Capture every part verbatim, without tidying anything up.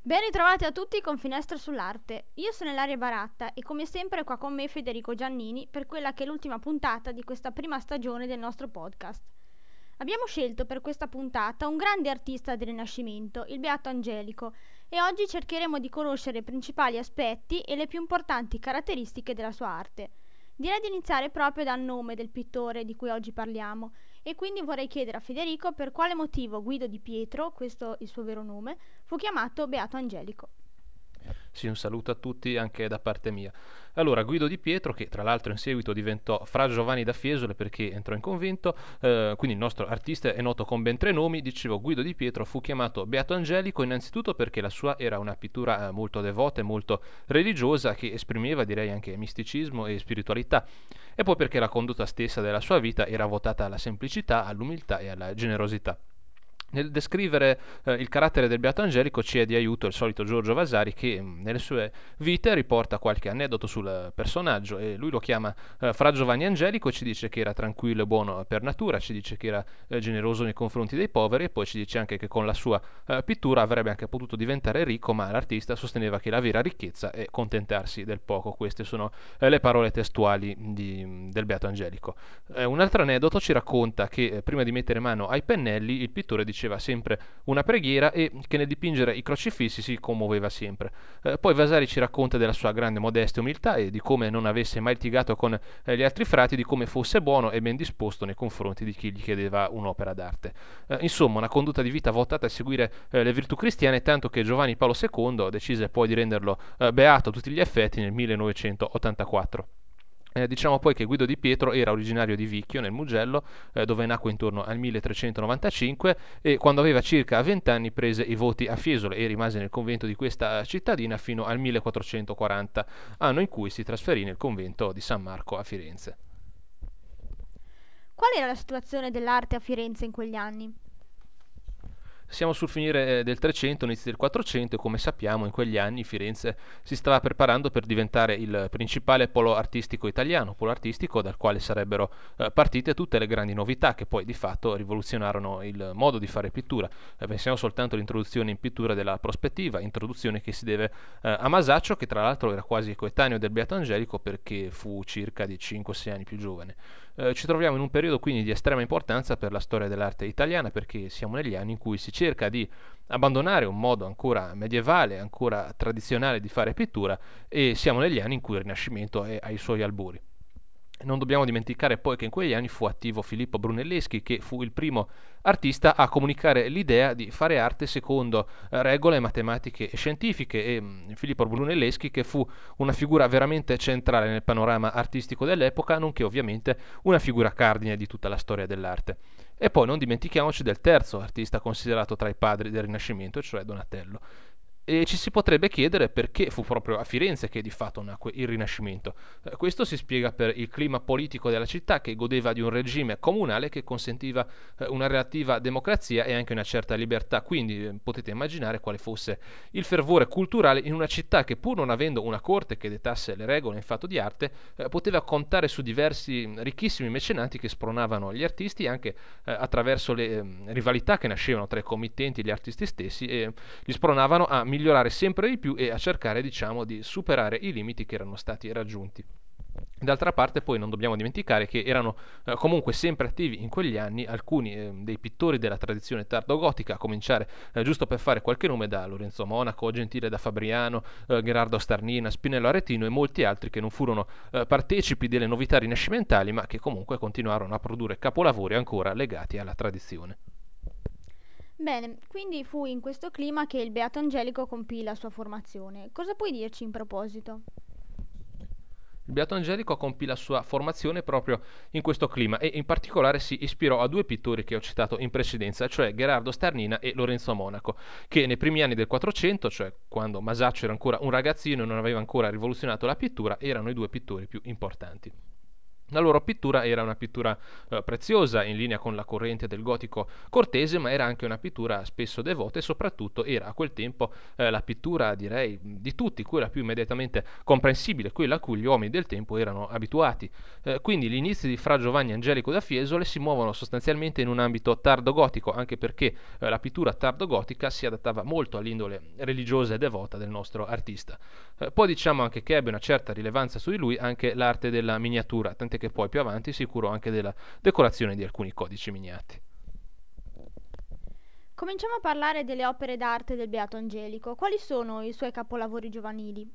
Ben ritrovati a tutti con Finestra sull'Arte. Io sono Ilaria Baratta e come sempre è qua con me Federico Giannini per quella che è l'ultima puntata di questa prima stagione del nostro podcast. Abbiamo scelto per questa puntata un grande artista del Rinascimento, il Beato Angelico, e oggi cercheremo di conoscere i principali aspetti e le più importanti caratteristiche della sua arte. Direi di iniziare proprio dal nome del pittore di cui oggi parliamo e quindi vorrei chiedere a Federico per quale motivo Guido di Pietro, questo il suo vero nome, fu chiamato Beato Angelico. Sì, un saluto a tutti anche da parte mia. Allora, Guido di Pietro, che tra l'altro in seguito diventò Fra Giovanni da Fiesole perché entrò in convento, eh, quindi il nostro artista è noto con ben tre nomi. Dicevo, Guido di Pietro fu chiamato Beato Angelico innanzitutto perché la sua era una pittura eh, molto devota e molto religiosa che esprimeva, direi, anche misticismo e spiritualità, e poi perché la condotta stessa della sua vita era votata alla semplicità, all'umiltà e alla generosità. Nel descrivere eh, il carattere del Beato Angelico ci è di aiuto il solito Giorgio Vasari che mh, nelle sue vite riporta qualche aneddoto sul personaggio e lui lo chiama eh, Fra Giovanni Angelico e ci dice che era tranquillo e buono per natura, ci dice che era eh, generoso nei confronti dei poveri e poi ci dice anche che con la sua eh, pittura avrebbe anche potuto diventare ricco, ma l'artista sosteneva che la vera ricchezza è contentarsi del poco. Queste sono eh, le parole testuali di, del Beato Angelico. Eh, un altro aneddoto ci racconta che eh, prima di mettere mano ai pennelli il pittore diceva sempre una preghiera e che nel dipingere i crocifissi si commuoveva sempre. Eh, poi Vasari ci racconta della sua grande modestia e umiltà e di come non avesse mai litigato con eh, gli altri frati, di come fosse buono e ben disposto nei confronti di chi gli chiedeva un'opera d'arte. Eh, insomma, una condotta di vita voltata a seguire eh, le virtù cristiane, tanto che Giovanni Paolo secondo decise poi di renderlo eh, beato a tutti gli effetti nel millenovecentottantaquattro. Eh, diciamo poi che Guido di Pietro era originario di Vicchio, nel Mugello, eh, dove nacque intorno al milletrecentonovantacinque e quando aveva circa venti anni prese i voti a Fiesole e rimase nel convento di questa cittadina fino al millequattrocentoquaranta, anno in cui si trasferì nel convento di San Marco a Firenze. Qual era la situazione dell'arte a Firenze in quegli anni? Siamo sul finire del trecento, inizio del quattrocento e come sappiamo in quegli anni Firenze si stava preparando per diventare il principale polo artistico italiano, polo artistico dal quale sarebbero eh, partite tutte le grandi novità che poi di fatto rivoluzionarono il modo di fare pittura. Eh, pensiamo soltanto all'introduzione in pittura della prospettiva, introduzione che si deve eh, a Masaccio, che tra l'altro era quasi coetaneo del Beato Angelico perché fu circa di cinque sei anni più giovane. Eh, ci troviamo in un periodo quindi di estrema importanza per la storia dell'arte italiana perché siamo negli anni in cui si cerca di abbandonare un modo ancora medievale, ancora tradizionale di fare pittura e siamo negli anni in cui il Rinascimento è ai suoi albori. Non dobbiamo dimenticare poi che in quegli anni fu attivo Filippo Brunelleschi, che fu il primo artista a comunicare l'idea di fare arte secondo eh, regole matematiche e scientifiche e mh, Filippo Brunelleschi che fu una figura veramente centrale nel panorama artistico dell'epoca, nonché ovviamente una figura cardine di tutta la storia dell'arte. E poi non dimentichiamoci del terzo artista considerato tra i padri del Rinascimento, cioè Donatello. E ci si potrebbe chiedere perché fu proprio a Firenze che di fatto nacque il Rinascimento. Eh, questo si spiega per il clima politico della città che godeva di un regime comunale che consentiva eh, una relativa democrazia e anche una certa libertà, quindi eh, potete immaginare quale fosse il fervore culturale in una città che pur non avendo una corte che dettasse le regole in fatto di arte eh, poteva contare su diversi ricchissimi mecenati che spronavano gli artisti anche eh, attraverso le eh, rivalità che nascevano tra i committenti e gli artisti stessi e li spronavano a migliorare sempre di più e a cercare, diciamo, di superare i limiti che erano stati raggiunti. D'altra parte poi non dobbiamo dimenticare che erano eh, comunque sempre attivi in quegli anni alcuni eh, dei pittori della tradizione tardogotica, a cominciare eh, giusto per fare qualche nome da Lorenzo Monaco, Gentile da Fabriano, eh, Gherardo Starnina, Spinello Aretino e molti altri che non furono eh, partecipi delle novità rinascimentali ma che comunque continuarono a produrre capolavori ancora legati alla tradizione. Bene, quindi fu in questo clima che il Beato Angelico compì la sua formazione. Cosa puoi dirci in proposito? Il Beato Angelico compì la sua formazione proprio in questo clima e in particolare si ispirò a due pittori che ho citato in precedenza, cioè Gherardo Starnina e Lorenzo Monaco, che nei primi anni del quattrocento, cioè quando Masaccio era ancora un ragazzino e non aveva ancora rivoluzionato la pittura, erano i due pittori più importanti. La loro pittura era una pittura eh, preziosa, in linea con la corrente del gotico cortese, ma era anche una pittura spesso devota e soprattutto era a quel tempo eh, la pittura, direi, di tutti, quella più immediatamente comprensibile, quella a cui gli uomini del tempo erano abituati. Eh, quindi gli inizi di Fra Giovanni Angelico da Fiesole si muovono sostanzialmente in un ambito tardo-gotico, anche perché eh, la pittura tardo-gotica si adattava molto all'indole religiosa e devota del nostro artista. Eh, poi diciamo anche che ebbe una certa rilevanza su di lui anche l'arte della miniatura, tant'è che poi più avanti si curò anche della decorazione di alcuni codici miniati. Cominciamo a parlare delle opere d'arte del Beato Angelico. Quali sono i suoi capolavori giovanili?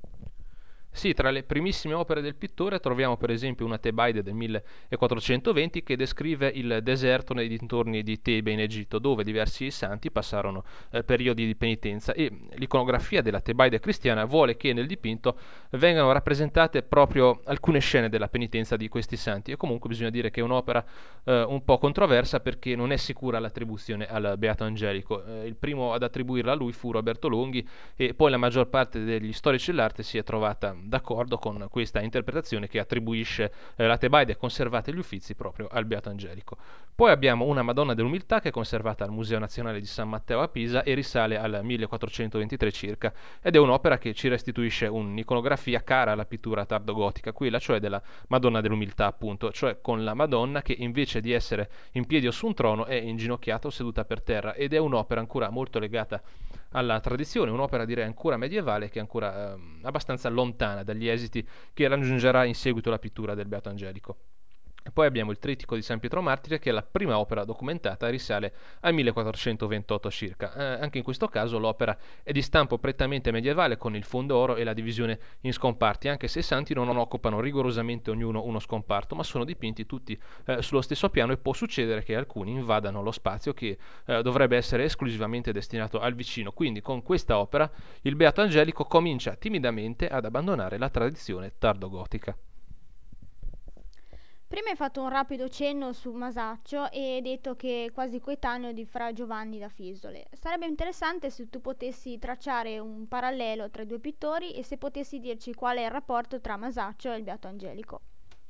Sì, tra le primissime opere del pittore troviamo per esempio una Tebaide del millequattrocentoventi che descrive il deserto nei dintorni di Tebe in Egitto, dove diversi santi passarono eh, periodi di penitenza, e l'iconografia della Tebaide cristiana vuole che nel dipinto vengano rappresentate proprio alcune scene della penitenza di questi santi, e comunque bisogna dire che è un'opera eh, un po' controversa perché non è sicura l'attribuzione al Beato Angelico. Eh, il primo ad attribuirla a lui fu Roberto Longhi, e poi la maggior parte degli storici dell'arte si è trovata d'accordo con questa interpretazione che attribuisce eh, la Tebaide conservata e gli Uffizi proprio al Beato Angelico. Poi abbiamo una Madonna dell'Umiltà che è conservata al Museo Nazionale di San Matteo a Pisa e risale al millequattrocentoventitré circa, ed è un'opera che ci restituisce un'iconografia cara alla pittura tardogotica, quella cioè della Madonna dell'Umiltà, appunto, cioè con la Madonna che invece di essere in piedi o su un trono è inginocchiata o seduta per terra, ed è un'opera ancora molto legata alla tradizione, un'opera direi ancora medievale che è ancora eh, abbastanza lontana dagli esiti che raggiungerà in seguito la pittura del Beato Angelico. E poi abbiamo il Trittico di San Pietro Martire, che è la prima opera documentata, risale al millequattrocentoventotto circa. Eh, anche in questo caso l'opera è di stampo prettamente medievale, con il fondo oro e la divisione in scomparti, anche se i santi non occupano rigorosamente ognuno uno scomparto, ma sono dipinti tutti eh, sullo stesso piano, e può succedere che alcuni invadano lo spazio che eh, dovrebbe essere esclusivamente destinato al vicino. Quindi con questa opera il Beato Angelico comincia timidamente ad abbandonare la tradizione tardogotica. Prima hai fatto un rapido cenno su Masaccio e hai detto che è quasi coetaneo di Fra Giovanni da Fiesole. Sarebbe interessante se tu potessi tracciare un parallelo tra i due pittori e se potessi dirci qual è il rapporto tra Masaccio e il Beato Angelico.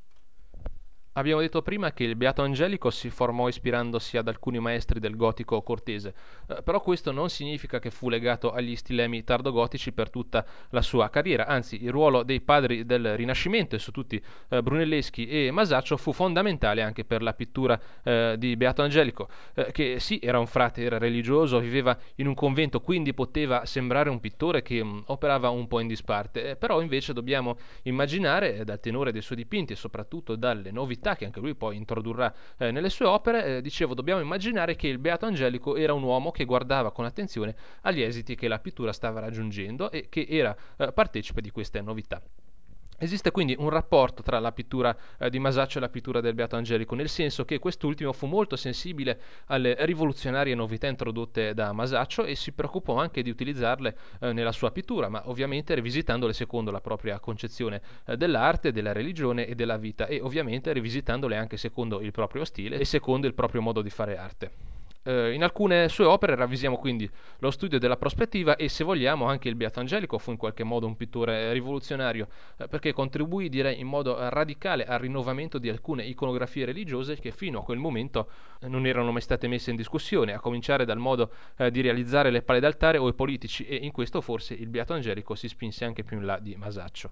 Abbiamo detto prima che il Beato Angelico si formò ispirandosi ad alcuni maestri del gotico cortese, eh, però questo non significa che fu legato agli stilemi tardogotici per tutta la sua carriera, anzi il ruolo dei padri del Rinascimento, e su tutti eh, Brunelleschi e Masaccio, fu fondamentale anche per la pittura eh, di Beato Angelico, eh, che sì, era un frate, era religioso, viveva in un convento, quindi poteva sembrare un pittore che mh, operava un po' in disparte, eh, però invece dobbiamo immaginare eh, dal tenore dei suoi dipinti e soprattutto dalle novità che anche lui poi introdurrà eh, nelle sue opere, eh, dicevo, dobbiamo immaginare che il Beato Angelico era un uomo che guardava con attenzione agli esiti che la pittura stava raggiungendo e che era eh, partecipe di queste novità. Esiste quindi un rapporto tra la pittura eh, di Masaccio e la pittura del Beato Angelico, nel senso che quest'ultimo fu molto sensibile alle rivoluzionarie novità introdotte da Masaccio e si preoccupò anche di utilizzarle eh, nella sua pittura, ma ovviamente rivisitandole secondo la propria concezione eh, dell'arte, della religione e della vita, e ovviamente rivisitandole anche secondo il proprio stile e secondo il proprio modo di fare arte. In alcune sue opere ravvisiamo quindi lo studio della prospettiva, e se vogliamo anche il Beato Angelico fu in qualche modo un pittore rivoluzionario, eh, perché contribuì, direi, in modo radicale al rinnovamento di alcune iconografie religiose che fino a quel momento eh, non erano mai state messe in discussione, a cominciare dal modo eh, di realizzare le pale d'altare o i politici, e in questo forse il Beato Angelico si spinse anche più in là di Masaccio.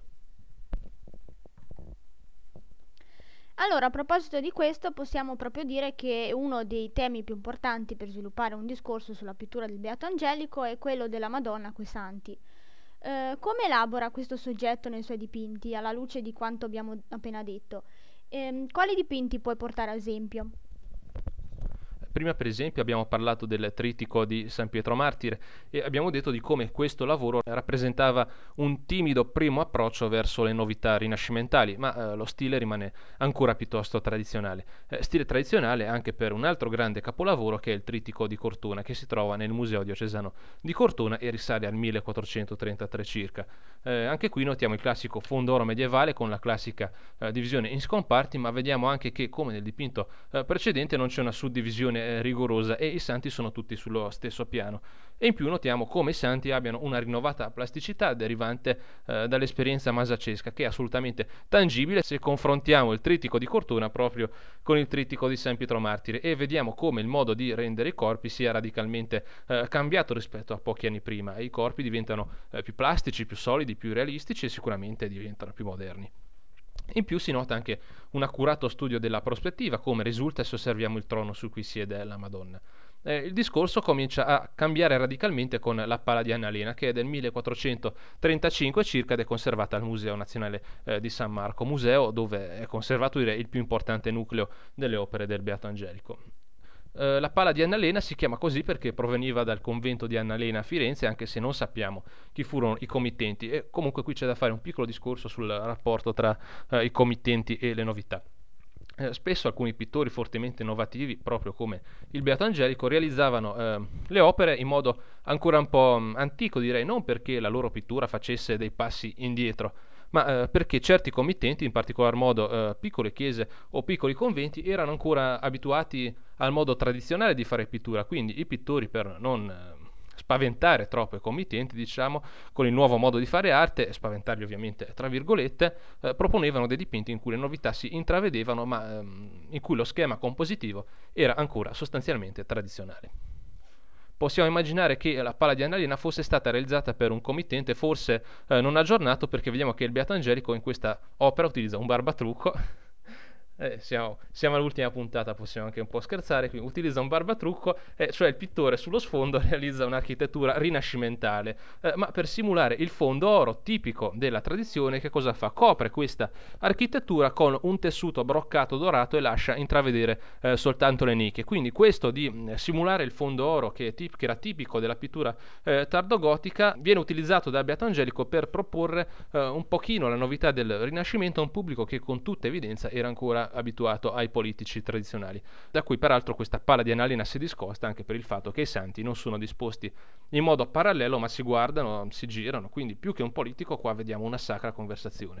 Allora, a proposito di questo, possiamo proprio dire che uno dei temi più importanti per sviluppare un discorso sulla pittura del Beato Angelico è quello della Madonna coi santi. Eh, come elabora questo soggetto nei suoi dipinti, alla luce di quanto abbiamo appena detto? Eh, quali dipinti puoi portare ad esempio? Prima per esempio abbiamo parlato del Trittico di San Pietro Martire e abbiamo detto di come questo lavoro rappresentava un timido primo approccio verso le novità rinascimentali, ma eh, lo stile rimane ancora piuttosto tradizionale. Eh, stile tradizionale anche per un altro grande capolavoro che è il Trittico di Cortona, che si trova nel Museo Diocesano di Cortona e risale al millequattrocentotrentatré circa. Eh, anche qui notiamo il classico fondo oro medievale con la classica eh, divisione in scomparti, ma vediamo anche che, come nel dipinto eh, precedente, non c'è una suddivisione eh, rigorosa e i santi sono tutti sullo stesso piano. E in più notiamo come i santi abbiano una rinnovata plasticità derivante eh, dall'esperienza masacesca, che è assolutamente tangibile se confrontiamo il trittico di Cortona proprio con il trittico di San Pietro Martire, e vediamo come il modo di rendere i corpi sia radicalmente eh, cambiato rispetto a pochi anni prima, e i corpi diventano eh, più plastici, più solidi, più realistici e sicuramente diventano più moderni. In più si nota anche un accurato studio della prospettiva, come risulta se osserviamo il trono su cui siede la Madonna. Eh, il discorso comincia a cambiare radicalmente con la pala di Annalena, che è del millequattrocentotrentacinque circa ed è conservata al Museo Nazionale eh, di San Marco, museo dove è conservato direi il più importante nucleo delle opere del Beato Angelico. Uh, la pala di Annalena si chiama così perché proveniva dal convento di Annalena a Firenze, anche se non sappiamo chi furono i committenti, e comunque qui c'è da fare un piccolo discorso sul rapporto tra uh, i committenti e le novità. Uh, spesso alcuni pittori fortemente innovativi, proprio come il Beato Angelico, realizzavano uh, le opere in modo ancora un po' um, antico, direi, non perché la loro pittura facesse dei passi indietro, ma eh, perché certi committenti, in particolar modo eh, piccole chiese o piccoli conventi, erano ancora abituati al modo tradizionale di fare pittura. Quindi i pittori, per non eh, spaventare troppo i committenti, diciamo, con il nuovo modo di fare arte, spaventarli ovviamente tra virgolette, eh, proponevano dei dipinti in cui le novità si intravedevano, ma ehm, in cui lo schema compositivo era ancora sostanzialmente tradizionale. Possiamo immaginare che la pala di Annalena fosse stata realizzata per un committente forse eh, non aggiornato, perché vediamo che il Beato Angelico in questa opera utilizza un barbatrucco. Eh, siamo, siamo all'ultima puntata, possiamo anche un po' scherzare, quindi utilizza un barbatrucco, eh, cioè il pittore sullo sfondo realizza un'architettura rinascimentale, eh, ma per simulare il fondo oro tipico della tradizione, che cosa fa? Copre questa architettura con un tessuto broccato dorato e lascia intravedere eh, soltanto le nicchie. Quindi questo di mh, simulare il fondo oro, che, tip- che era tipico della pittura eh, tardogotica, viene utilizzato dal Beato Angelico per proporre eh, un pochino la novità del Rinascimento a un pubblico che con tutta evidenza era ancora abituato ai politici tradizionali, da cui peraltro questa pala di Annalena si discosta anche per il fatto che i santi non sono disposti in modo parallelo, ma si guardano, si girano, quindi più che un politico qua vediamo una sacra conversazione.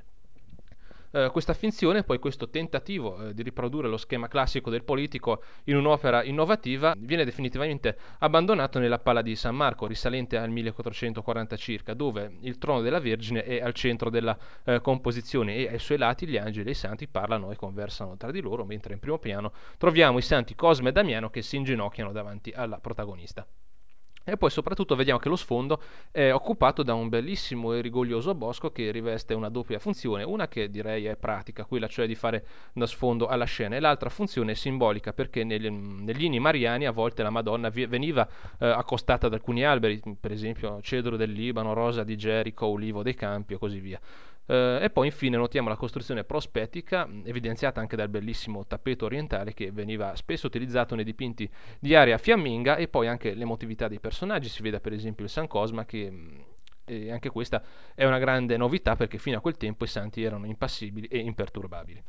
Uh, questa finzione, poi questo tentativo uh, di riprodurre lo schema classico del politico in un'opera innovativa, viene definitivamente abbandonato nella pala di San Marco, risalente al millequattrocentoquaranta circa, dove il trono della Vergine è al centro della uh, composizione e ai suoi lati gli angeli e i santi parlano e conversano tra di loro, mentre in primo piano troviamo i santi Cosme e Damiano che si inginocchiano davanti alla protagonista. E poi soprattutto vediamo che lo sfondo è occupato da un bellissimo e rigoglioso bosco che riveste una doppia funzione, una che direi è pratica, quella cioè di fare da sfondo alla scena, e l'altra funzione è simbolica, perché negli, negli inni mariani a volte la Madonna vi, veniva eh, accostata ad alcuni alberi, per esempio cedro del Libano, rosa di Gerico, olivo dei campi e così via. Uh, e poi infine notiamo la costruzione prospettica, evidenziata anche dal bellissimo tappeto orientale che veniva spesso utilizzato nei dipinti di area fiamminga, e poi anche l'emotività dei personaggi. Si vede per esempio il San Cosma, che e anche questa è una grande novità, perché fino a quel tempo i santi erano impassibili e imperturbabili.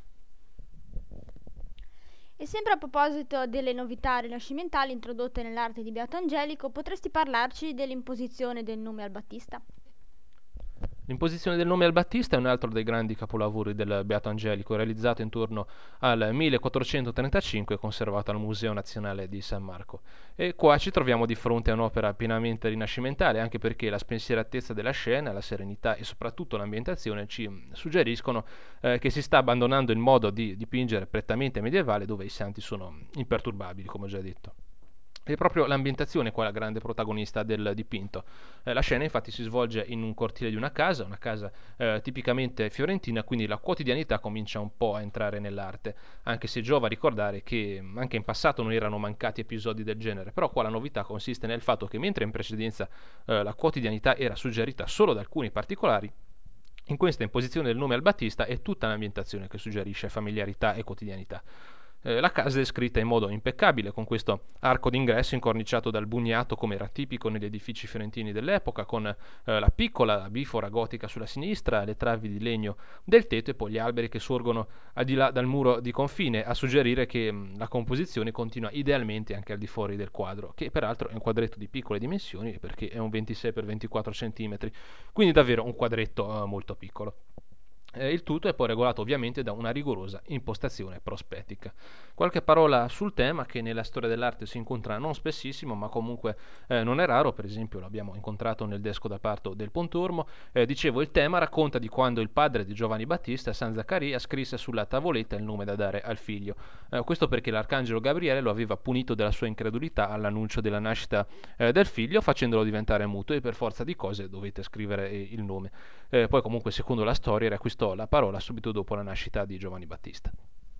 E sempre a proposito delle novità rinascimentali introdotte nell'arte di Beato Angelico, potresti parlarci dell'imposizione del nome al Battista? L'imposizione del nome al Battista è un altro dei grandi capolavori del Beato Angelico, realizzato intorno al millequattrocentotrentacinque e conservato al Museo Nazionale di San Marco. E qua ci troviamo di fronte a un'opera pienamente rinascimentale, anche perché la spensieratezza della scena, la serenità e soprattutto l'ambientazione ci suggeriscono eh, che si sta abbandonando il modo di dipingere prettamente medievale, dove i santi sono imperturbabili, come ho già detto. È proprio l'ambientazione qua la grande protagonista del dipinto. Eh, la scena infatti si svolge in un cortile di una casa, una casa eh, tipicamente fiorentina, quindi la quotidianità comincia un po' a entrare nell'arte, anche se giova ricordare che anche in passato non erano mancati episodi del genere, però qua la novità consiste nel fatto che mentre in precedenza eh, la quotidianità era suggerita solo da alcuni particolari, in questa imposizione del nome al Battista è tutta l'ambientazione che suggerisce familiarità e quotidianità. Eh, la casa è descritta in modo impeccabile, con questo arco d'ingresso incorniciato dal bugnato come era tipico negli edifici fiorentini dell'epoca, con eh, la piccola bifora gotica sulla sinistra, le travi di legno del tetto e poi gli alberi che sorgono al di là dal muro di confine, a suggerire che mh, la composizione continua idealmente anche al di fuori del quadro, che peraltro è un quadretto di piccole dimensioni perché è un ventisei per ventiquattro centimetri, quindi davvero un quadretto eh, molto piccolo. Eh, il tutto è poi regolato ovviamente da una rigorosa impostazione prospettica. Qualche parola sul tema che nella storia dell'arte si incontra non spessissimo, ma comunque eh, non è raro, per esempio l'abbiamo incontrato nel Desco da parto del Pontormo. Eh, dicevo, il tema racconta di quando il padre di Giovanni Battista, San Zaccaria, scrisse sulla tavoletta il nome da dare al figlio. Eh, questo perché l'arcangelo Gabriele lo aveva punito della sua incredulità all'annuncio della nascita eh, del figlio, facendolo diventare muto, e per forza di cose dovete scrivere eh, il nome. Eh, poi comunque, secondo la storia, riacquistò la parola subito dopo la nascita di Giovanni Battista.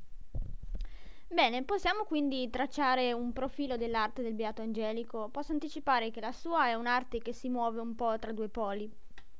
Bene, possiamo quindi tracciare un profilo dell'arte del Beato Angelico. Posso anticipare che la sua è un'arte che si muove un po' tra due poli.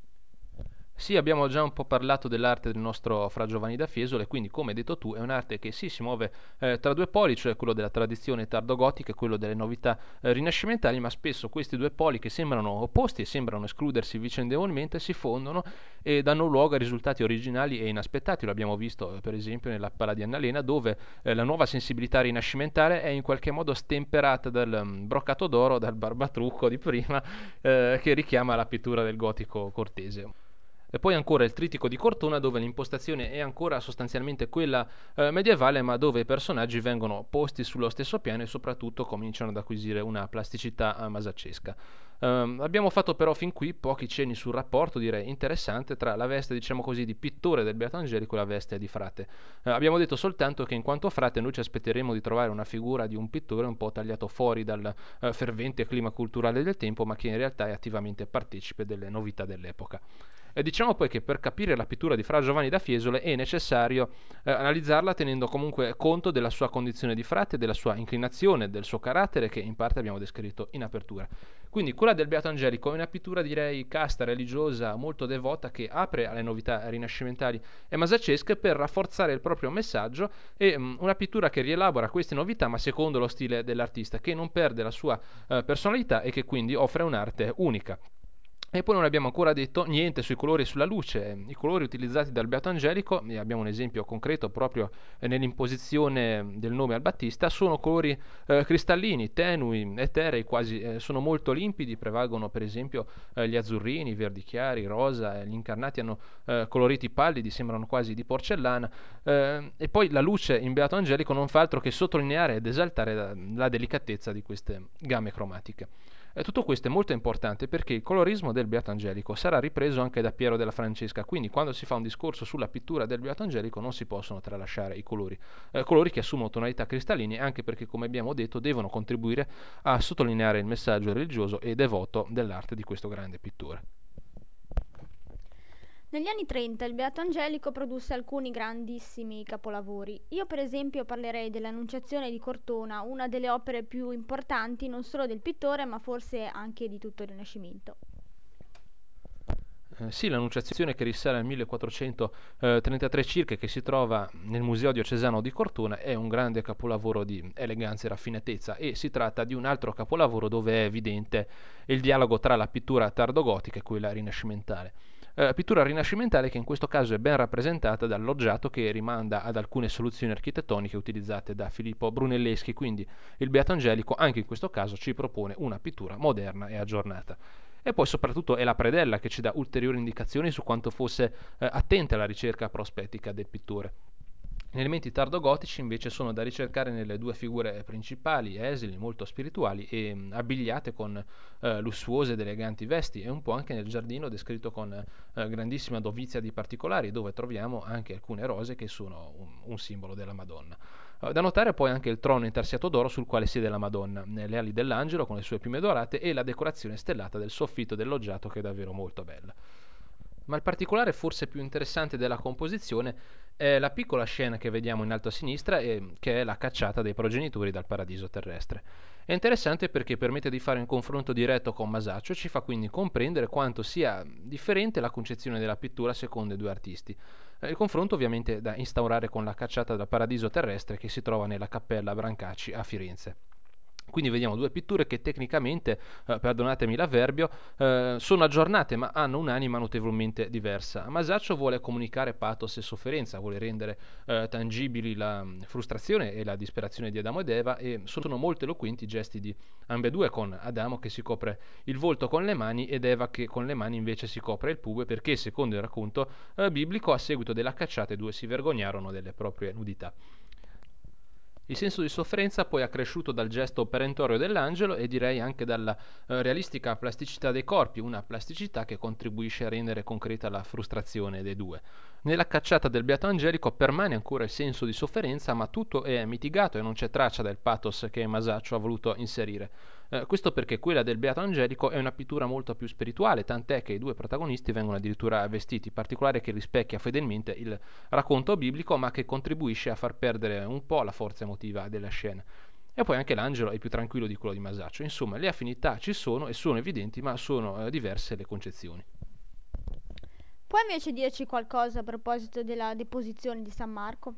Sì, abbiamo già un po' parlato dell'arte del nostro Fra Giovanni da Fiesole, quindi come hai detto tu è un'arte che sì, si muove eh, tra due poli, cioè quello della tradizione tardogotica e quello delle novità eh, rinascimentali, ma spesso questi due poli, che sembrano opposti e sembrano escludersi vicendevolmente, si fondono e danno luogo a risultati originali e inaspettati. Lo abbiamo visto eh, per esempio nella Pala di Annalena, dove eh, la nuova sensibilità rinascimentale è in qualche modo stemperata dal um, broccato d'oro, dal barbatrucco di prima, eh, che richiama la pittura del gotico cortese. E poi ancora il Trittico di Cortona, dove l'impostazione è ancora sostanzialmente quella eh, medievale, ma dove i personaggi vengono posti sullo stesso piano e soprattutto cominciano ad acquisire una plasticità eh, masaccesca. Um, abbiamo fatto però fin qui pochi cenni sul rapporto, direi interessante, tra la veste, diciamo così, di pittore del Beato Angelico e la veste di frate. Uh, abbiamo detto soltanto che in quanto frate noi ci aspetteremo di trovare una figura di un pittore un po' tagliato fuori dal uh, fervente clima culturale del tempo, ma che in realtà è attivamente partecipe delle novità dell'epoca. E diciamo poi che per capire la pittura di Fra Giovanni da Fiesole è necessario eh, analizzarla tenendo comunque conto della sua condizione di frate, della sua inclinazione, del suo carattere, che in parte abbiamo descritto in apertura. Quindi quella del Beato Angelico è una pittura, direi, casta, religiosa, molto devota, che apre alle novità rinascimentali e masaccesche per rafforzare il proprio messaggio, e um, una pittura che rielabora queste novità ma secondo lo stile dell'artista, che non perde la sua uh, personalità e che quindi offre un'arte unica. E poi non abbiamo ancora detto niente sui colori e sulla luce. I colori utilizzati dal Beato Angelico, e abbiamo un esempio concreto proprio nell'imposizione del nome al Battista, sono colori eh, cristallini, tenui, eterei, quasi eh, sono molto limpidi, prevalgono per esempio eh, gli azzurrini, i verdi chiari, i rosa, eh, gli incarnati hanno eh, coloriti pallidi, sembrano quasi di porcellana, eh, e poi la luce in Beato Angelico non fa altro che sottolineare ed esaltare la, la delicatezza di queste gamme cromatiche. E tutto questo è molto importante perché il colorismo del Beato Angelico sarà ripreso anche da Piero della Francesca, quindi quando si fa un discorso sulla pittura del Beato Angelico non si possono tralasciare i colori, eh, colori che assumono tonalità cristalline, anche perché, come abbiamo detto, devono contribuire a sottolineare il messaggio religioso e devoto dell'arte di questo grande pittore. Negli anni trenta il Beato Angelico produsse alcuni grandissimi capolavori. Io per esempio parlerei dell'Annunciazione di Cortona, una delle opere più importanti non solo del pittore ma forse anche di tutto il Rinascimento. Eh, sì, l'Annunciazione, che risale al millequattrocentotrentatré circa, che si trova nel Museo Diocesano di Cortona, è un grande capolavoro di eleganza e raffinatezza, e si tratta di un altro capolavoro dove è evidente il dialogo tra la pittura tardogotica e quella rinascimentale. Eh, pittura rinascimentale che in questo caso è ben rappresentata dal loggiato, che rimanda ad alcune soluzioni architettoniche utilizzate da Filippo Brunelleschi, quindi il Beato Angelico anche in questo caso ci propone una pittura moderna e aggiornata. E poi soprattutto è la predella che ci dà ulteriori indicazioni su quanto fosse eh, attenta alla ricerca prospettica del pittore. Gli elementi tardogotici invece sono da ricercare nelle due figure principali, esili, molto spirituali e mh, abbigliate con eh, lussuose ed eleganti vesti, e un po' anche nel giardino descritto con eh, grandissima dovizia di particolari, dove troviamo anche alcune rose che sono un, un simbolo della Madonna. Uh, da notare poi anche il trono intarsiato d'oro sul quale siede la Madonna, le ali dell'angelo con le sue piume dorate e la decorazione stellata del soffitto del loggiato, che è davvero molto bella. Ma il particolare forse più interessante della composizione è la piccola scena che vediamo in alto a sinistra, e che è la cacciata dei progenitori dal paradiso terrestre. È interessante perché permette di fare un confronto diretto con Masaccio e ci fa quindi comprendere quanto sia differente la concezione della pittura secondo i due artisti. Il confronto ovviamente da instaurare con la cacciata dal paradiso terrestre che si trova nella cappella Brancacci a Firenze. Quindi vediamo due pitture che tecnicamente, eh, perdonatemi l'avverbio, eh, sono aggiornate ma hanno un'anima notevolmente diversa. Masaccio vuole comunicare pathos e sofferenza, vuole rendere eh, tangibili la mh, frustrazione e la disperazione di Adamo ed Eva, e sono molto eloquenti i gesti di ambedue, con Adamo che si copre il volto con le mani ed Eva che con le mani invece si copre il pube, perché secondo il racconto eh, biblico a seguito della cacciata i due si vergognarono delle proprie nudità. Il senso di sofferenza poi è cresciuto dal gesto perentorio dell'angelo e direi anche dalla eh, realistica plasticità dei corpi, una plasticità che contribuisce a rendere concreta la frustrazione dei due. Nella cacciata del Beato Angelico permane ancora il senso di sofferenza, ma tutto è mitigato e non c'è traccia del pathos che Masaccio ha voluto inserire. Eh, questo perché quella del Beato Angelico è una pittura molto più spirituale, tant'è che i due protagonisti vengono addirittura vestiti, particolare che rispecchia fedelmente il racconto biblico, ma che contribuisce a far perdere un po' la forza emotiva della scena. E poi anche l'angelo è più tranquillo di quello di Masaccio. Insomma, le affinità ci sono e sono evidenti, ma sono eh, diverse le concezioni. Puoi invece dirci qualcosa a proposito della deposizione di San Marco?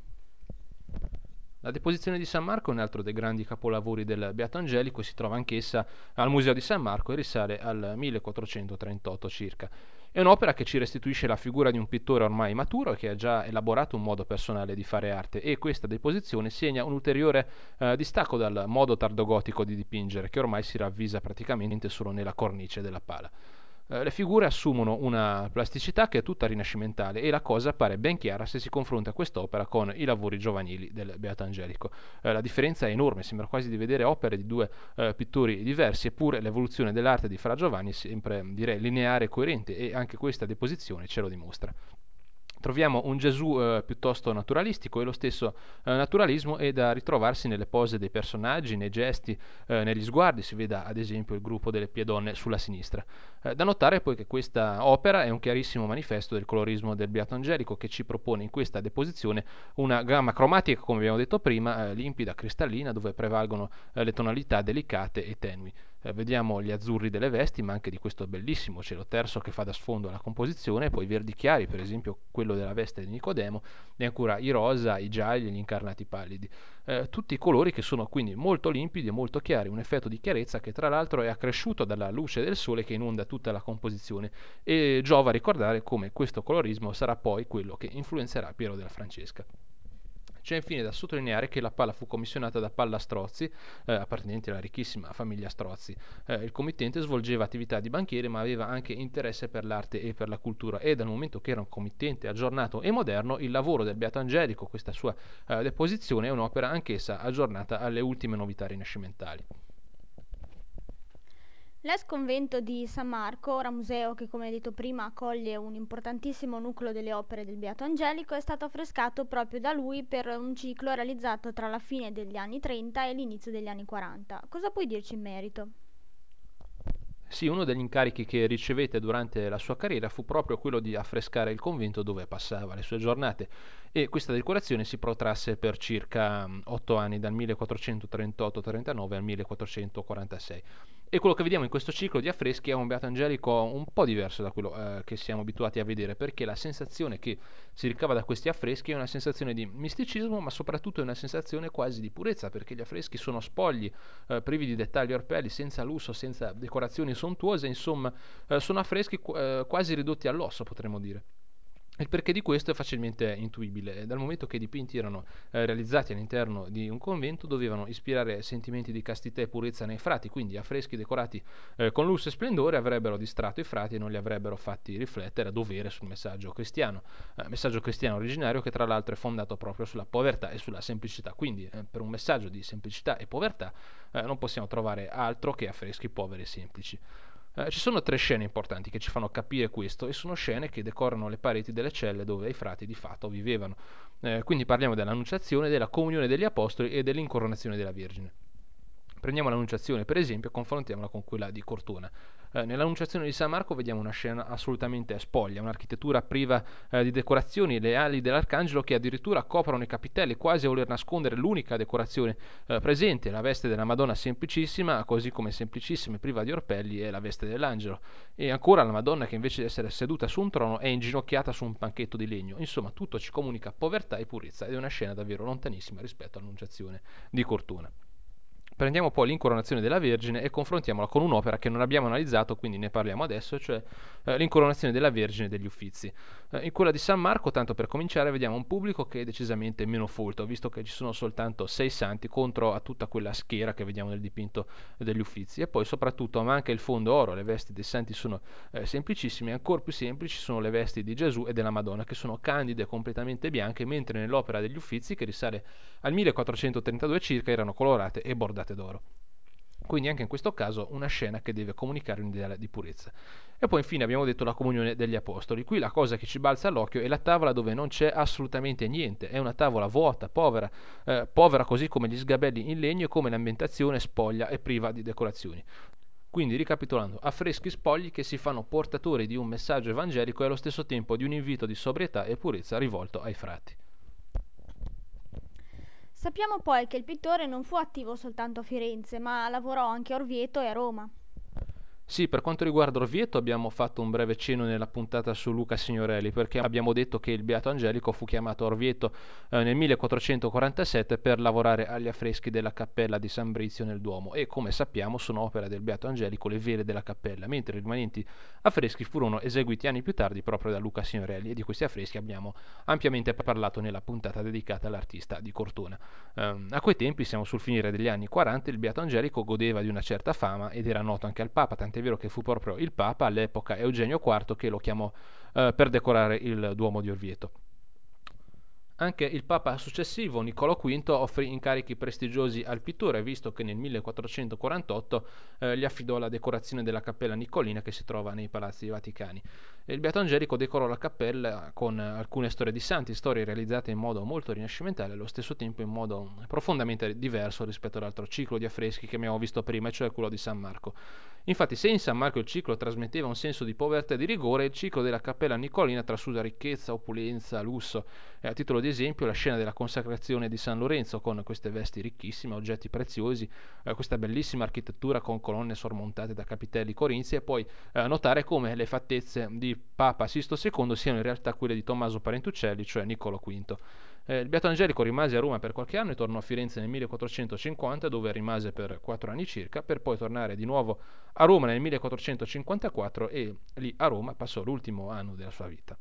La deposizione di San Marco è un altro dei grandi capolavori del Beato Angelico e si trova anch'essa al Museo di San Marco e risale al millequattrocentotrentotto circa. È un'opera che ci restituisce la figura di un pittore ormai maturo che ha già elaborato un modo personale di fare arte, e questa deposizione segna un ulteriore eh, distacco dal modo tardogotico di dipingere, che ormai si ravvisa praticamente solo nella cornice della pala. Le figure assumono una plasticità che è tutta rinascimentale, e la cosa appare ben chiara se si confronta quest'opera con i lavori giovanili del Beato Angelico. Eh, la differenza è enorme, sembra quasi di vedere opere di due eh, pittori diversi, eppure l'evoluzione dell'arte di Fra Giovanni è sempre, direi, lineare e coerente, e anche questa deposizione ce lo dimostra. Troviamo un Gesù eh, piuttosto naturalistico, e lo stesso eh, naturalismo è da ritrovarsi nelle pose dei personaggi, nei gesti, eh, negli sguardi. Si veda ad esempio il gruppo delle Piedonne sulla sinistra. Eh, da notare poi che questa opera è un chiarissimo manifesto del colorismo del Beato Angelico, che ci propone in questa deposizione una gamma cromatica, come abbiamo detto prima, eh, limpida, cristallina, dove prevalgono eh, le tonalità delicate e tenui. Eh, vediamo gli azzurri delle vesti, ma anche di questo bellissimo cielo terso che fa da sfondo alla composizione, poi verdi chiari, per esempio quello della veste di Nicodemo, e ancora i rosa, i gialli e gli incarnati pallidi. Eh, tutti colori che sono quindi molto limpidi e molto chiari, un effetto di chiarezza che tra l'altro è accresciuto dalla luce del sole che inonda tutta la composizione, e giova ricordare come questo colorismo sarà poi quello che influenzerà Piero della Francesca. C'è infine da sottolineare che la palla fu commissionata da Palla Strozzi, eh, appartenente alla ricchissima famiglia Strozzi. Eh, il committente svolgeva attività di banchiere, ma aveva anche interesse per l'arte e per la cultura, e dal momento che era un committente aggiornato e moderno, il lavoro del Beato Angelico, questa sua eh, deposizione, è un'opera anch'essa aggiornata alle ultime novità rinascimentali. L'ex convento di San Marco, ora museo che come detto prima accoglie un importantissimo nucleo delle opere del Beato Angelico, è stato affrescato proprio da lui per un ciclo realizzato tra la fine degli anni trenta e l'inizio degli anni quaranta. Cosa puoi dirci in merito? Sì, uno degli incarichi che ricevette durante la sua carriera fu proprio quello di affrescare il convento dove passava le sue giornate, e questa decorazione si protrasse per circa otto anni, dal millequattrocentotrentotto trentanove al millequattrocentoquarantasei. E quello che vediamo in questo ciclo di affreschi è un Beato Angelico un po' diverso da quello eh, che siamo abituati a vedere, perché la sensazione che si ricava da questi affreschi è una sensazione di misticismo, ma soprattutto è una sensazione quasi di purezza, perché gli affreschi sono spogli, eh, privi di dettagli orpelli, senza lusso, senza decorazioni sontuose, insomma eh, sono affreschi eh, quasi ridotti all'osso, potremmo dire. Il perché di questo è facilmente intuibile. Dal momento che i dipinti erano eh, realizzati all'interno di un convento, dovevano ispirare sentimenti di castità e purezza nei frati, quindi affreschi decorati eh, con lusso e splendore avrebbero distratto i frati e non li avrebbero fatti riflettere a dovere sul messaggio cristiano, eh, messaggio cristiano originario che tra l'altro è fondato proprio sulla povertà e sulla semplicità. Quindi eh, per un messaggio di semplicità e povertà eh, non possiamo trovare altro che affreschi poveri e semplici. Eh, ci sono tre scene importanti che ci fanno capire questo, e sono scene che decorano le pareti delle celle dove i frati di fatto vivevano. Eh, quindi parliamo dell'annunciazione, della comunione degli apostoli e dell'incoronazione della Vergine. Prendiamo l'annunciazione per esempio e confrontiamola con quella di Cortona. Eh, nell'annunciazione di San Marco vediamo una scena assolutamente spoglia, un'architettura priva eh, di decorazioni, le ali dell'arcangelo che addirittura coprono i capitelli quasi a voler nascondere l'unica decorazione eh, presente, la veste della Madonna semplicissima, così come semplicissima e priva di orpelli è la veste dell'angelo, e ancora la Madonna che invece di essere seduta su un trono è inginocchiata su un banchetto di legno. Insomma, tutto ci comunica povertà e purezza, ed è una scena davvero lontanissima rispetto all'annunciazione di Cortona. Prendiamo poi l'incoronazione della Vergine e confrontiamola con un'opera che non abbiamo analizzato, quindi ne parliamo adesso, cioè eh, l'incoronazione della Vergine degli Uffizi. Eh, in quella di San Marco, tanto per cominciare, vediamo un pubblico che è decisamente meno folto, visto che ci sono soltanto sei santi contro a tutta quella schiera che vediamo nel dipinto degli Uffizi. E poi soprattutto manca il fondo oro, le vesti dei santi sono eh, semplicissime, ancora più semplici sono le vesti di Gesù e della Madonna, che sono candide, completamente bianche, mentre nell'opera degli Uffizi, che risale al millequattrocentotrentadue circa, erano colorate e bordate d'oro. Quindi anche in questo caso una scena che deve comunicare un ideale di purezza. E poi infine abbiamo detto la comunione degli apostoli. Qui la cosa che ci balza all'occhio è la tavola dove non c'è assolutamente niente, è una tavola vuota, povera, eh, povera così come gli sgabelli in legno e come l'ambientazione spoglia e priva di decorazioni. Quindi, ricapitolando, affreschi spogli che si fanno portatori di un messaggio evangelico e allo stesso tempo di un invito di sobrietà e purezza rivolto ai frati. Sappiamo poi che il pittore non fu attivo soltanto a Firenze, ma lavorò anche a Orvieto e a Roma. Sì, per quanto riguarda Orvieto abbiamo fatto un breve cenno nella puntata su Luca Signorelli, perché abbiamo detto che il Beato Angelico fu chiamato a Orvieto eh, nel millequattrocentoquarantasette per lavorare agli affreschi della cappella di San Brizio nel Duomo e, come sappiamo, sono opera del Beato Angelico le vele della cappella, mentre i rimanenti affreschi furono eseguiti anni più tardi proprio da Luca Signorelli, e di questi affreschi abbiamo ampiamente parlato nella puntata dedicata all'artista di Cortona. Um, a quei tempi, siamo sul finire degli anni quaranta, il Beato Angelico godeva di una certa fama ed era noto anche al Papa, tant'è è vero che fu proprio il Papa all'epoca Eugenio quarto che lo chiamò eh, per decorare il Duomo di Orvieto. Anche il Papa successivo, Niccolò quinto, offrì incarichi prestigiosi al pittore, visto che nel millequattrocentoquarantotto eh, gli affidò la decorazione della Cappella Niccolina che si trova nei Palazzi Vaticani. E il Beato Angelico decorò la cappella con alcune storie di santi, storie realizzate in modo molto rinascimentale e allo stesso tempo in modo profondamente diverso rispetto all'altro ciclo di affreschi che abbiamo visto prima, cioè quello di San Marco. Infatti, se in San Marco il ciclo trasmetteva un senso di povertà e di rigore, il ciclo della Cappella Niccolina trasuda ricchezza, opulenza, lusso. E a titolo di esempio la scena della consacrazione di San Lorenzo con queste vesti ricchissime, oggetti preziosi, eh, questa bellissima architettura con colonne sormontate da capitelli corinzi, e poi eh, notare come le fattezze di Papa Sisto secondo siano in realtà quelle di Tommaso Parentuccelli, cioè Niccolò quinto. Eh, il Beato Angelico rimase a Roma per qualche anno e tornò a Firenze nel millequattrocentocinquanta, dove rimase per quattro anni circa, per poi tornare di nuovo a Roma nel millequattrocentocinquantaquattro e lì a Roma passò l'ultimo anno della sua vita.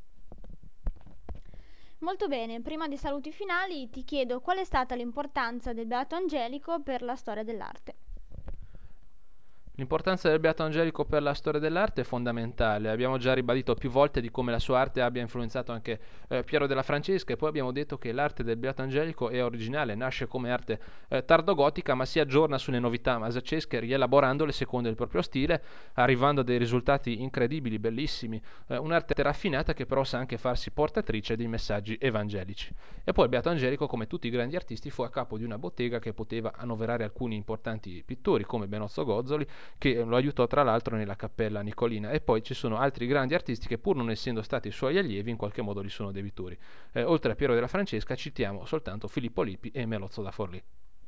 Molto bene, prima dei saluti finali ti chiedo qual è stata l'importanza del Beato Angelico per la storia dell'arte. L'importanza del Beato Angelico per la storia dell'arte è fondamentale. Abbiamo già ribadito più volte di come la sua arte abbia influenzato anche eh, Piero della Francesca, e poi abbiamo detto che l'arte del Beato Angelico è originale, nasce come arte eh, tardogotica, ma si aggiorna sulle novità masacesche, rielaborandole secondo il proprio stile, arrivando a dei risultati incredibili, bellissimi, eh, un'arte raffinata che però sa anche farsi portatrice di messaggi evangelici. E poi il Beato Angelico, come tutti i grandi artisti, fu a capo di una bottega che poteva annoverare alcuni importanti pittori come Benozzo Gozzoli, che lo aiutò tra l'altro nella Cappella Niccolina, e poi ci sono altri grandi artisti che, pur non essendo stati suoi allievi, in qualche modo li sono debitori. Eh, oltre a Piero della Francesca citiamo soltanto Filippo Lippi e Melozzo da Forlì.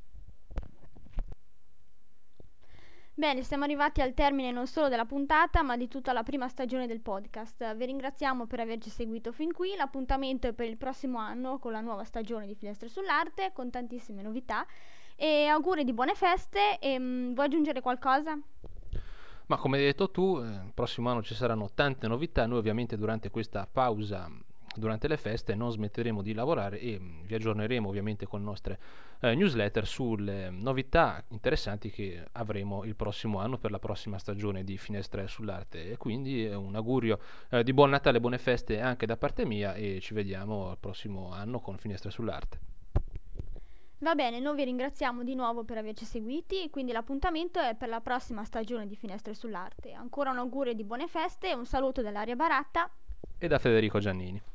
Bene, siamo arrivati al termine non solo della puntata, ma di tutta la prima stagione del podcast. Vi ringraziamo per averci seguito fin qui. L'appuntamento è per il prossimo anno con la nuova stagione di Finestre sull'Arte, con tantissime novità. E auguri di buone feste. E, mh, vuoi aggiungere qualcosa? Ma come hai detto tu, eh, il prossimo anno ci saranno tante novità. Noi ovviamente durante questa pausa, durante le feste, non smetteremo di lavorare e mh, vi aggiorneremo ovviamente con le nostre eh, newsletter sulle novità interessanti che avremo il prossimo anno per la prossima stagione di Finestre sull'Arte. E quindi eh, un augurio eh, di buon Natale e buone feste anche da parte mia, e ci vediamo al prossimo anno con Finestre sull'Arte. Va bene, noi vi ringraziamo di nuovo per averci seguiti, quindi l'appuntamento è per la prossima stagione di Finestre sull'Arte. Ancora un augurio di buone feste e un saluto dall'Aria Baratta e da Federico Giannini.